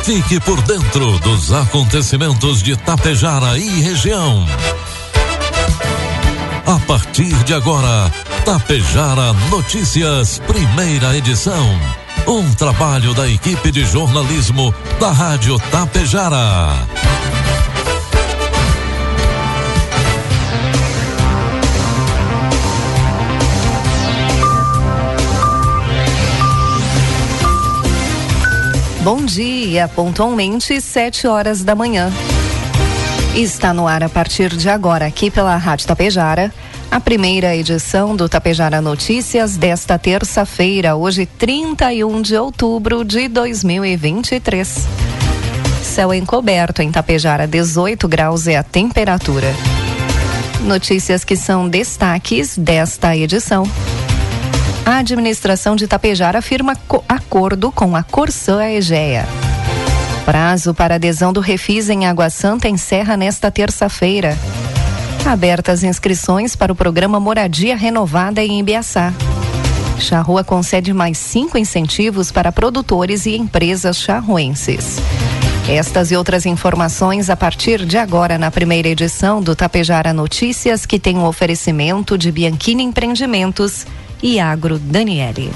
Fique por dentro dos acontecimentos de Tapejara e região. A partir de agora, Tapejara Notícias, primeira edição. Um trabalho da equipe de jornalismo da Rádio Tapejara. Bom dia, pontualmente 7 horas da manhã. Está no ar a partir de agora, aqui pela Rádio Tapejara, a primeira edição do Tapejara Notícias desta terça-feira, hoje 31 de outubro de 2023. Céu encoberto em Tapejara, 18 graus é a temperatura. Notícias que são destaques desta edição. A administração de Tapejara firma acordo com a Corsã Egea. Prazo para adesão do Refis em Água Santa encerra nesta terça-feira. Abertas inscrições para o programa Moradia Renovada em Ibiaçá. Charrua concede mais 5 incentivos para produtores e empresas charruenses. Estas e outras informações a partir de agora na primeira edição do Tapejara Notícias, que tem um oferecimento de Bianchini Empreendimentos e Agro Daniele.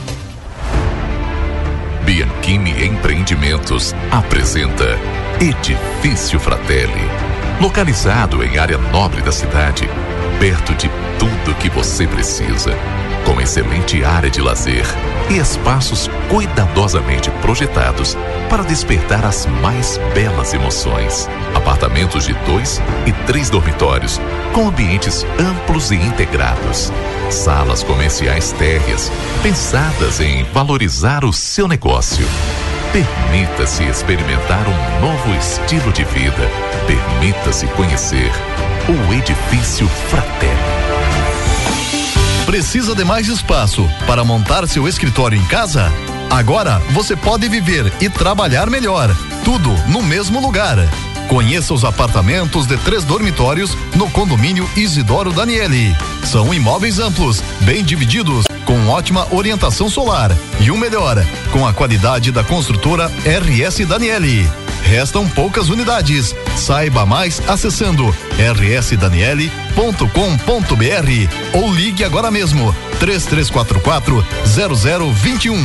Bianchini Empreendimentos apresenta Edifício Fratelli, localizado em área nobre da cidade, perto de tudo que você precisa, com excelente área de lazer e espaços cuidadosamente projetados para despertar as mais belas emoções. Apartamentos de 2 e 3 dormitórios, com ambientes amplos e integrados. Salas comerciais térreas, pensadas em valorizar o seu negócio. Permita-se experimentar um novo estilo de vida. Permita-se conhecer o Edifício Fratelli. Precisa de mais espaço para montar seu escritório em casa? Agora você pode viver e trabalhar melhor, tudo no mesmo lugar. Conheça os apartamentos de 3 dormitórios no condomínio Isidoro Daniele. São imóveis amplos, bem divididos, com ótima orientação solar e o melhor, com a qualidade da construtora RS Daniele. Restam poucas unidades. Saiba mais acessando rsdaniele.com.br ou ligue agora mesmo 3344-0021.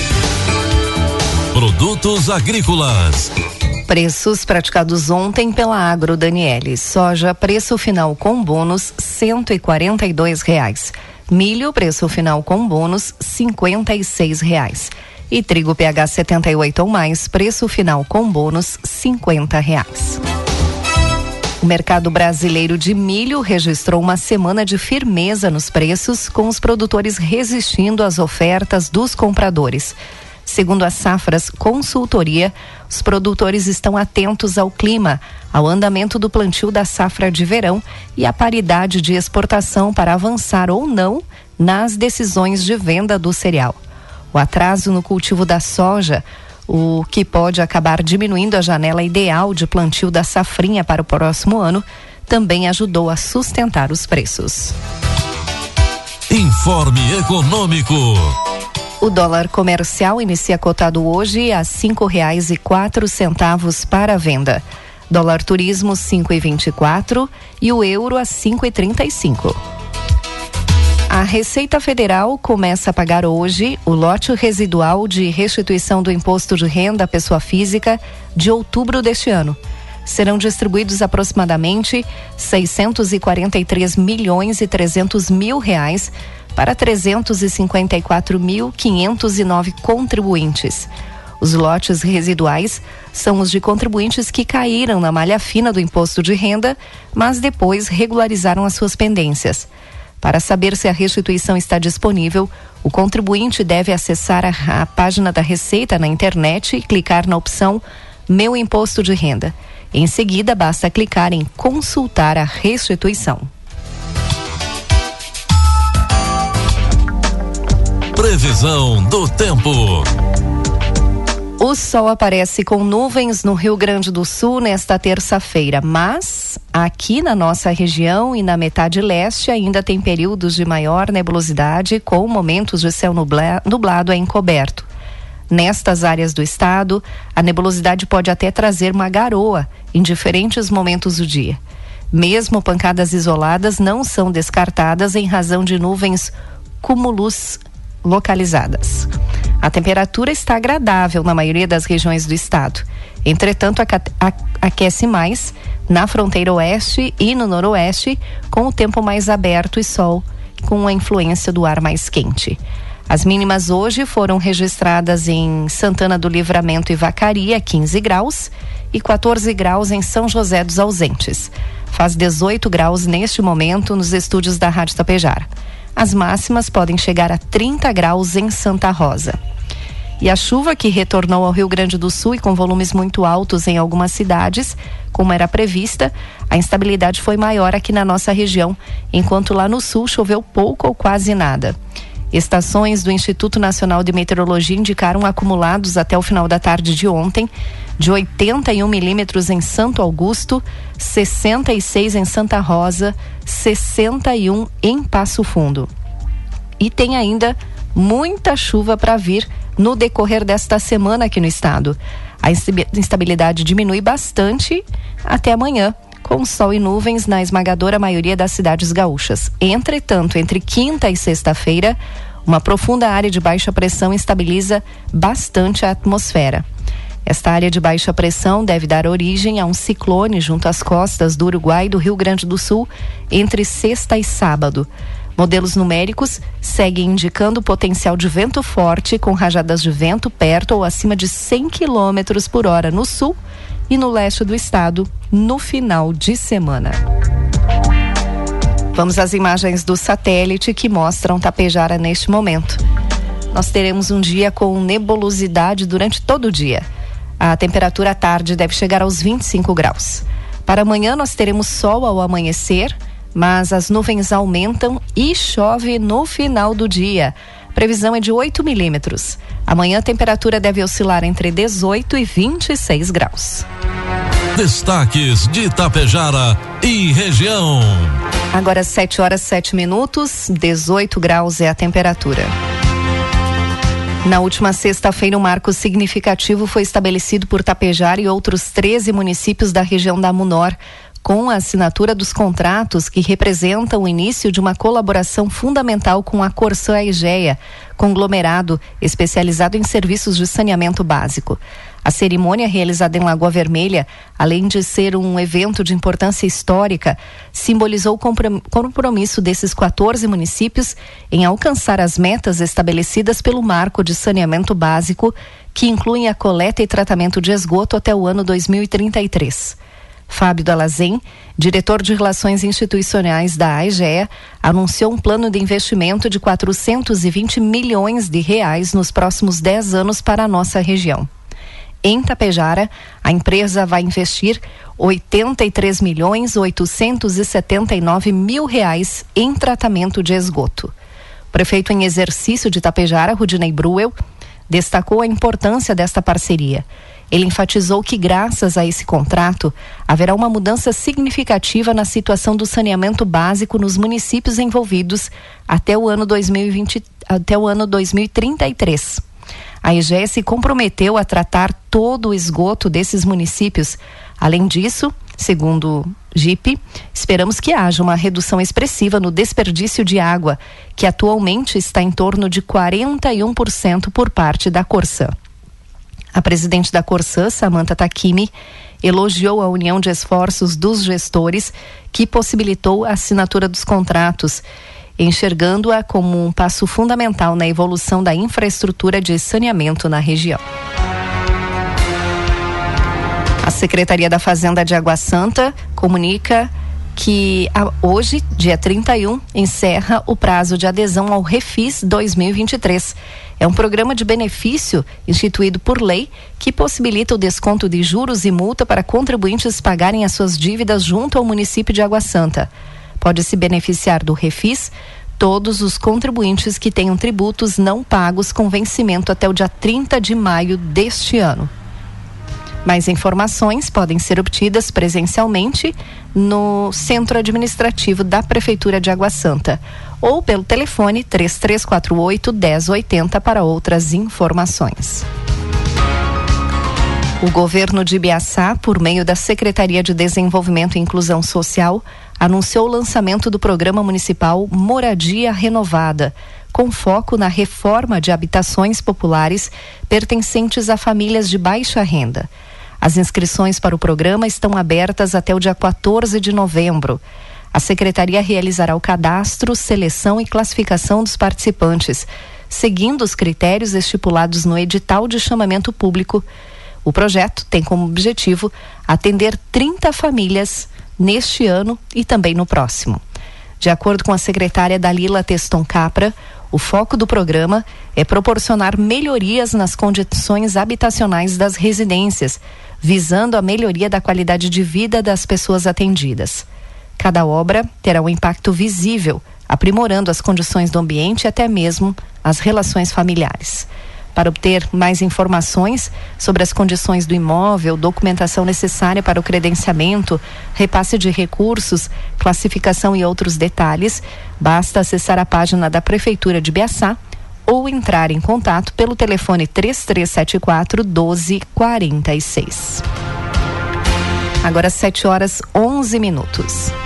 Produtos agrícolas. Preços praticados ontem pela Agro Daniele. Soja, preço final com bônus, R$142. Milho, preço final com bônus, R$56. E trigo PH 78 ou mais, preço final com bônus, R$50. O mercado brasileiro de milho registrou uma semana de firmeza nos preços, com os produtores resistindo às ofertas dos compradores. Segundo a Safras Consultoria, os produtores estão atentos ao clima, ao andamento do plantio da safra de verão e à paridade de exportação para avançar ou não nas decisões de venda do cereal. O atraso no cultivo da soja, o que pode acabar diminuindo a janela ideal de plantio da safrinha para o próximo ano, também ajudou a sustentar os preços. Informe Econômico. O dólar comercial inicia cotado hoje a R$5,04 para a venda. Dólar turismo 5,24 e o euro a 5,35. A Receita Federal começa a pagar hoje o lote residual de restituição do imposto de renda à pessoa física de outubro deste ano. Serão distribuídos aproximadamente R$643.300.000 para 354.509 contribuintes. Os lotes residuais são os de contribuintes que caíram na malha fina do imposto de renda, mas depois regularizaram as suas pendências. Para saber se a restituição está disponível, o contribuinte deve acessar a página da Receita na internet e clicar na opção Meu Imposto de Renda. Em seguida, basta clicar em Consultar a restituição. Previsão do tempo. O sol aparece com nuvens no Rio Grande do Sul nesta terça-feira, mas aqui na nossa região e na metade leste ainda tem períodos de maior nebulosidade com momentos de céu nublado a encoberto. Nestas áreas do estado, a nebulosidade pode até trazer uma garoa em diferentes momentos do dia. Mesmo pancadas isoladas não são descartadas em razão de nuvens cumulus localizadas. A temperatura está agradável na maioria das regiões do estado. Entretanto, aquece mais na fronteira oeste e no noroeste, com o tempo mais aberto e sol, com a influência do ar mais quente. As mínimas hoje foram registradas em Santana do Livramento e Vacaria, 15 graus, e 14 graus em São José dos Ausentes. Faz 18 graus neste momento nos estúdios da Rádio Tapejara. As máximas podem chegar a 30 graus em Santa Rosa. E a chuva que retornou ao Rio Grande do Sul e com volumes muito altos em algumas cidades, como era prevista, a instabilidade foi maior aqui na nossa região, enquanto lá no sul choveu pouco ou quase nada. Estações do Instituto Nacional de Meteorologia indicaram acumulados até o final da tarde de ontem de 81 milímetros em Santo Augusto, 66 em Santa Rosa, 61 em Passo Fundo. E tem ainda muita chuva para vir no decorrer desta semana aqui no estado. A instabilidade diminui bastante até amanhã, com sol e nuvens na esmagadora maioria das cidades gaúchas. Entretanto, entre quinta e sexta-feira, uma profunda área de baixa pressão estabiliza bastante a atmosfera. Esta área de baixa pressão deve dar origem a um ciclone junto às costas do Uruguai e do Rio Grande do Sul entre sexta e sábado. Modelos numéricos seguem indicando potencial de vento forte com rajadas de vento perto ou acima de 100 km por hora no sul e no leste do estado no final de semana. Vamos às imagens do satélite que mostram Tapejara neste momento. Nós teremos um dia com nebulosidade durante todo o dia. A temperatura à tarde deve chegar aos 25 graus. Para amanhã nós teremos sol ao amanhecer, mas as nuvens aumentam e chove no final do dia. Previsão é de 8 milímetros. Amanhã a temperatura deve oscilar entre 18 e 26 graus. Destaques de Tapejara e região. Agora 7 horas 7 minutos, 18 graus é a temperatura. Na última sexta-feira, um marco significativo foi estabelecido por Tapejara e outros 13 municípios da região da Munor, com a assinatura dos contratos que representam o início de uma colaboração fundamental com a Corsã Egea, conglomerado especializado em serviços de saneamento básico. A cerimônia, realizada em Lagoa Vermelha, além de ser um evento de importância histórica, simbolizou o compromisso desses 14 municípios em alcançar as metas estabelecidas pelo Marco de Saneamento Básico, que incluem a coleta e tratamento de esgoto até o ano 2033. Fábio Dalazen, diretor de Relações Institucionais da AEGEA, anunciou um plano de investimento de 420 milhões de reais nos próximos 10 anos para a nossa região. Em Tapejara, a empresa vai investir 83.879.000 reais em tratamento de esgoto. O prefeito em exercício de Tapejara, Rudinei Bruel, destacou a importância desta parceria. Ele enfatizou que, graças a esse contrato, haverá uma mudança significativa na situação do saneamento básico nos municípios envolvidos até o ano 2033. A EGE se comprometeu a tratar todo o esgoto desses municípios. Além disso, segundo GIP, esperamos que haja uma redução expressiva no desperdício de água, que atualmente está em torno de 41% por parte da Corsã. A presidente da Corsã, Samantha Takimi, elogiou a união de esforços dos gestores que possibilitou a assinatura dos contratos, enxergando-a como um passo fundamental na evolução da infraestrutura de saneamento na região. A Secretaria da Fazenda de Água Santa comunica que hoje, dia 31, encerra o prazo de adesão ao Refis 2023. É um programa de benefício instituído por lei que possibilita o desconto de juros e multa para contribuintes pagarem as suas dívidas junto ao município de Água Santa. Pode se beneficiar do Refis todos os contribuintes que tenham tributos não pagos com vencimento até o dia 30 de maio deste ano. Mais informações podem ser obtidas presencialmente no Centro Administrativo da Prefeitura de Água Santa ou pelo telefone 3348-1080 para outras informações. O governo de Ibiaçá, por meio da Secretaria de Desenvolvimento e Inclusão Social, anunciou o lançamento do Programa Municipal Moradia Renovada, com foco na reforma de habitações populares pertencentes a famílias de baixa renda. As inscrições para o programa estão abertas até o dia 14 de novembro. A Secretaria realizará o cadastro, seleção e classificação dos participantes, seguindo os critérios estipulados no edital de chamamento público. O projeto tem como objetivo atender 30 famílias neste ano e também no próximo. De acordo com a secretária Dalila Teston Capra, o foco do programa é proporcionar melhorias nas condições habitacionais das residências, visando a melhoria da qualidade de vida das pessoas atendidas. Cada obra terá um impacto visível, aprimorando as condições do ambiente e até mesmo as relações familiares. Para obter mais informações sobre as condições do imóvel, documentação necessária para o credenciamento, repasse de recursos, classificação e outros detalhes, basta acessar a página da Prefeitura de Ibiaçá ou entrar em contato pelo telefone 3374-1246. Agora 7h11.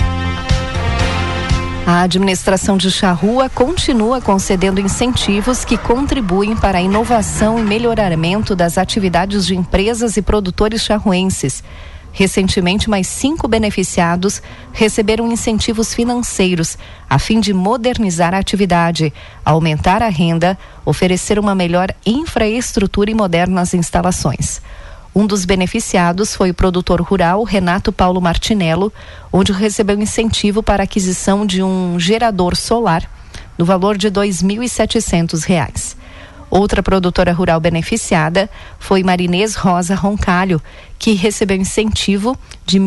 A administração de Charrua continua concedendo incentivos que contribuem para a inovação e melhoramento das atividades de empresas e produtores charruenses. Recentemente, mais 5 beneficiados receberam incentivos financeiros a fim de modernizar a atividade, aumentar a renda, oferecer uma melhor infraestrutura e modernas instalações. Um dos beneficiados foi o produtor rural Renato Paulo Martinello, onde recebeu incentivo para a aquisição de um gerador solar no valor de R$ 2.700. Outra produtora rural beneficiada foi Marinês Rosa Roncalho, que recebeu incentivo de R$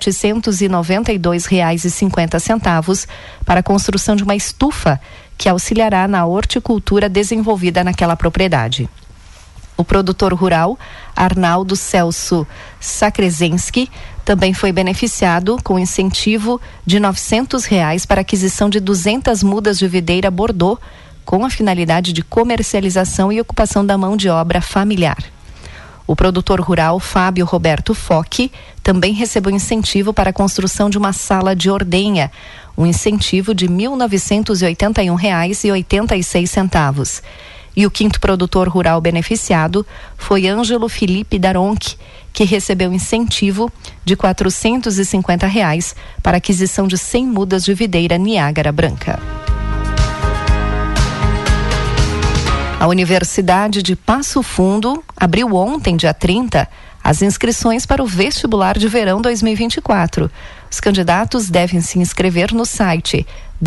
1.792,50 para a construção de uma estufa que auxiliará na horticultura desenvolvida naquela propriedade. O produtor rural Arnaldo Celso Sakrezenski também foi beneficiado com incentivo de R$ 900 para aquisição de 200 mudas de videira Bordeaux, com a finalidade de comercialização e ocupação da mão de obra familiar. O produtor rural Fábio Roberto Foque também recebeu incentivo para a construção de uma sala de ordenha, um incentivo de R$ 1.981,86. E o quinto produtor rural beneficiado foi Ângelo Felipe Daronchi, que recebeu incentivo de R$ 450 para aquisição de 100 mudas de videira Niágara Branca. A Universidade de Passo Fundo abriu ontem, dia 30, as inscrições para o vestibular de verão 2024. Os candidatos devem se inscrever no site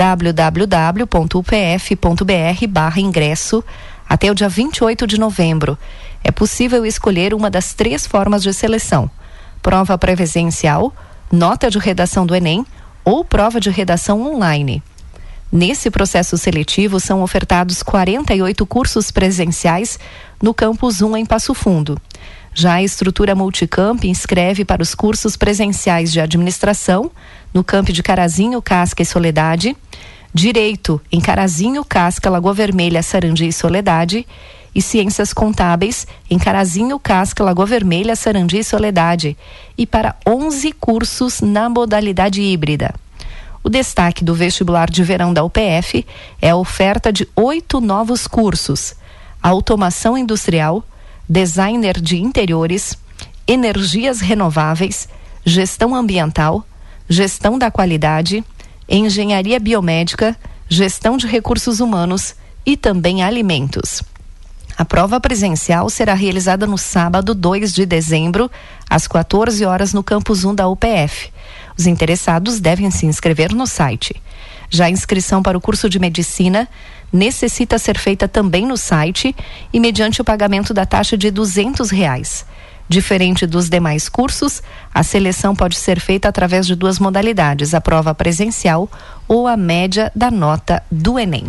www.upf.br/ingresso até o dia 28 de novembro. É possível escolher uma das 3 formas de seleção: prova presencial, nota de redação do Enem ou prova de redação online. Nesse processo seletivo são ofertados 48 cursos presenciais no Campus 1 em Passo Fundo. Já a estrutura Multicamp inscreve para os cursos presenciais de administração no Camp de Carazinho, Casca e Soledade, Direito em Carazinho, Casca, Lagoa Vermelha, Sarandi e Soledade, e Ciências Contábeis em Carazinho, Casca, Lagoa Vermelha, Sarandi e Soledade, e para 11 cursos na modalidade híbrida. O destaque do vestibular de verão da UPF é a oferta de 8 novos cursos: Automação Industrial, Designer de Interiores, Energias Renováveis, Gestão Ambiental, Gestão da Qualidade, Engenharia Biomédica, Gestão de Recursos Humanos e também Alimentos. A prova presencial será realizada no sábado, 2 de dezembro, às 14 horas no Campus 1 da UPF. Os interessados devem se inscrever no site. Já a inscrição para o curso de Medicina necessita ser feita também no site e mediante o pagamento da taxa de R$ 200. Diferente dos demais cursos, a seleção pode ser feita através de 2 modalidades: a prova presencial ou a média da nota do Enem.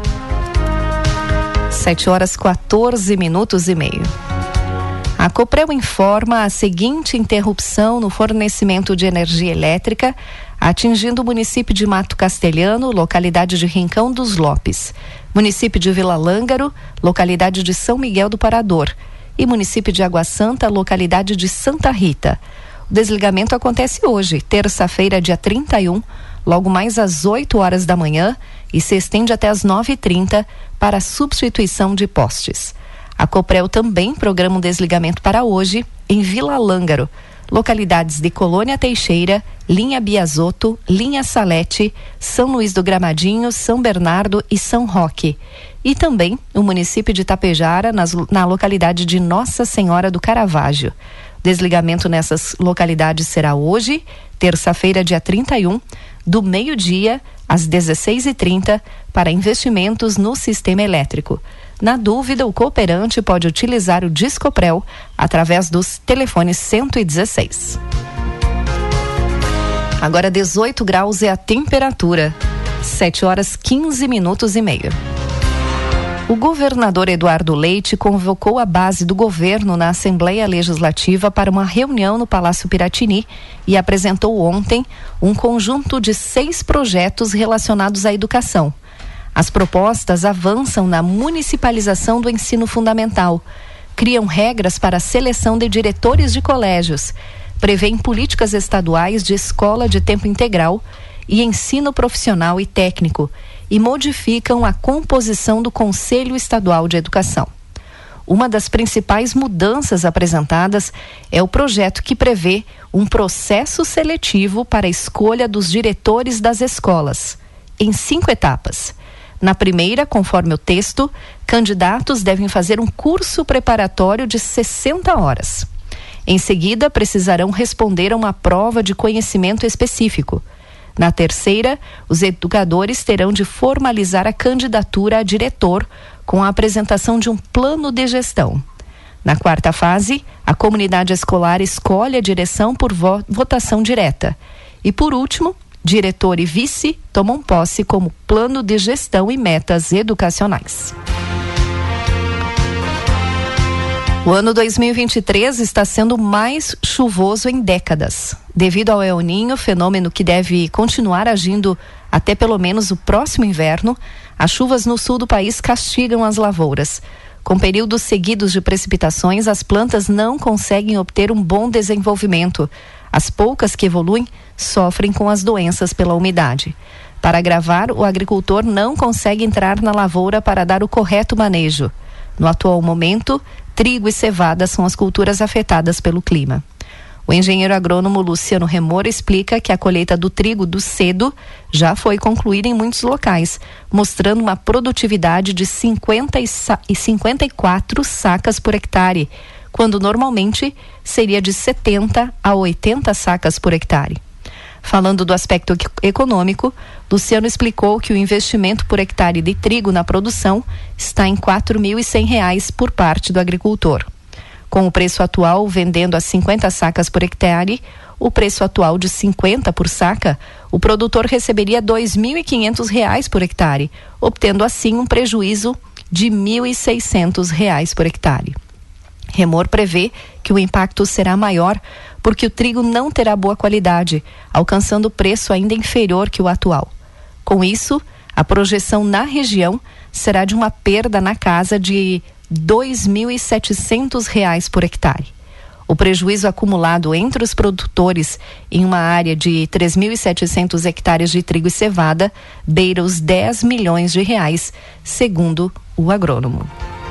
7h14. A Coprel informa a seguinte interrupção no fornecimento de energia elétrica, atingindo o município de Mato Castelhano, localidade de Rincão dos Lopes, município de Vila Lângaro, localidade de São Miguel do Parador, e município de Água Santa, localidade de Santa Rita. O desligamento acontece hoje, terça-feira, dia 31, logo mais às 8 horas da manhã e se estende até às 9h30 para substituição de postes. A Coprel também programa um desligamento para hoje em Vila Lângaro, localidades de Colônia Teixeira, Linha Biasotto, Linha Salete, São Luís do Gramadinho, São Bernardo e São Roque. E também o município de Tapejara, na localidade de Nossa Senhora do Caravaggio. Desligamento nessas localidades será hoje, terça-feira, dia 31, do meio-dia às 16h30, para investimentos no sistema elétrico. Na dúvida, o cooperante pode utilizar o Discoprel através dos telefones 116. Agora 18 graus é a temperatura, 7 horas 15 minutos e meio. O governador Eduardo Leite convocou a base do governo na Assembleia Legislativa para uma reunião no Palácio Piratini e apresentou ontem um conjunto de 6 projetos relacionados à educação. As propostas avançam na municipalização do ensino fundamental, criam regras para a seleção de diretores de colégios, prevêem políticas estaduais de escola de tempo integral e ensino profissional e técnico, e modificam a composição do Conselho Estadual de Educação. Uma das principais mudanças apresentadas é o projeto que prevê um processo seletivo para a escolha dos diretores das escolas, em 5 etapas. Na primeira, conforme o texto, candidatos devem fazer um curso preparatório de 60 horas. Em seguida, precisarão responder a uma prova de conhecimento específico. Na terceira, os educadores terão de formalizar a candidatura a diretor com a apresentação de um plano de gestão. Na quarta fase, a comunidade escolar escolhe a direção por votação direta. E por último, diretor e vice tomam posse como plano de gestão e metas educacionais. O ano 2023 está sendo mais chuvoso em décadas. Devido ao El Niño, fenômeno que deve continuar agindo até pelo menos o próximo inverno, as chuvas no sul do país castigam as lavouras. Com períodos seguidos de precipitações, as plantas não conseguem obter um bom desenvolvimento. As poucas que evoluem sofrem com as doenças pela umidade. Para agravar, o agricultor não consegue entrar na lavoura para dar o correto manejo. No atual momento, trigo e cevada são as culturas afetadas pelo clima. O engenheiro agrônomo Luciano Remor explica que a colheita do trigo do cedo já foi concluída em muitos locais, mostrando uma produtividade de 54 sacas por hectare, quando normalmente seria de 70 a 80 sacas por hectare. Falando do aspecto econômico, Luciano explicou que o investimento por hectare de trigo na produção está em R$ 4.100 por parte do agricultor. Com o preço atual vendendo a 50 sacas por hectare, o preço atual de 50 por saca, o produtor receberia R$ 2.500 por hectare, obtendo assim um prejuízo de R$ 1.600 por hectare. Remor prevê que o impacto será maior porque o trigo não terá boa qualidade, alcançando preço ainda inferior que o atual. Com isso, a projeção na região será de uma perda na casa de R$ 2.700 por hectare. O prejuízo acumulado entre os produtores em uma área de 3.700 hectares de trigo e cevada beira os R$ 10 milhões, segundo o agrônomo.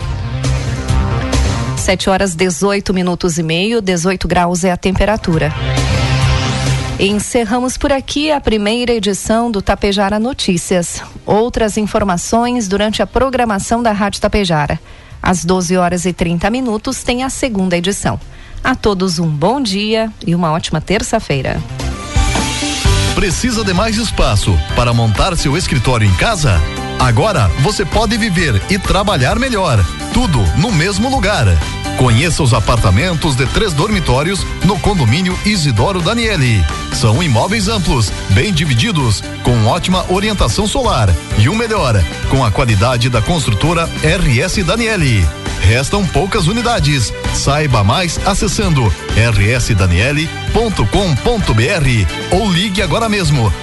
7 horas 18 minutos e meio, 18 graus é a temperatura. Encerramos por aqui a primeira edição do Tapejara Notícias. Outras informações durante a programação da Rádio Tapejara. Às 12 horas e 30 minutos tem a segunda edição. A todos um bom dia e uma ótima terça-feira. Precisa de mais espaço para montar seu escritório em casa? Agora você pode viver e trabalhar melhor, tudo no mesmo lugar. Conheça os apartamentos de 3 dormitórios no condomínio Isidoro Daniele. São imóveis amplos, bem divididos, com ótima orientação solar e o melhor, com a qualidade da construtora RS Daniele. Restam poucas unidades. Saiba mais acessando rsdaniele.com.br. ou ligue agora mesmo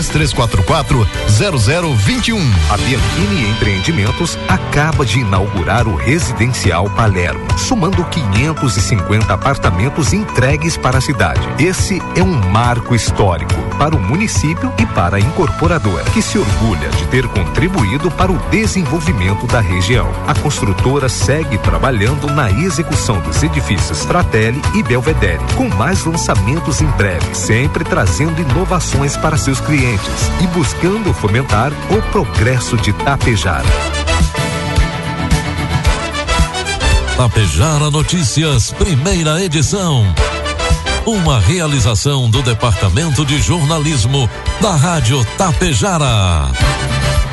3344-0021. A Bianchini Empreendimentos acaba de inaugurar o Residencial Palermo, somando 550 apartamentos entregues para a cidade. Esse é um marco histórico para o município e para a incorporadora, que se orgulha de ter contribuído para o desenvolvimento da região. A construtora segue trabalhando na execução dos edifícios Fratelli e Belvedere, com mais lançamentos em breve, sempre trazendo inovações para seus clientes e buscando fomentar o progresso de Tapejara. Tapejara Notícias, primeira edição. Uma realização do Departamento de Jornalismo da Rádio Tapejara.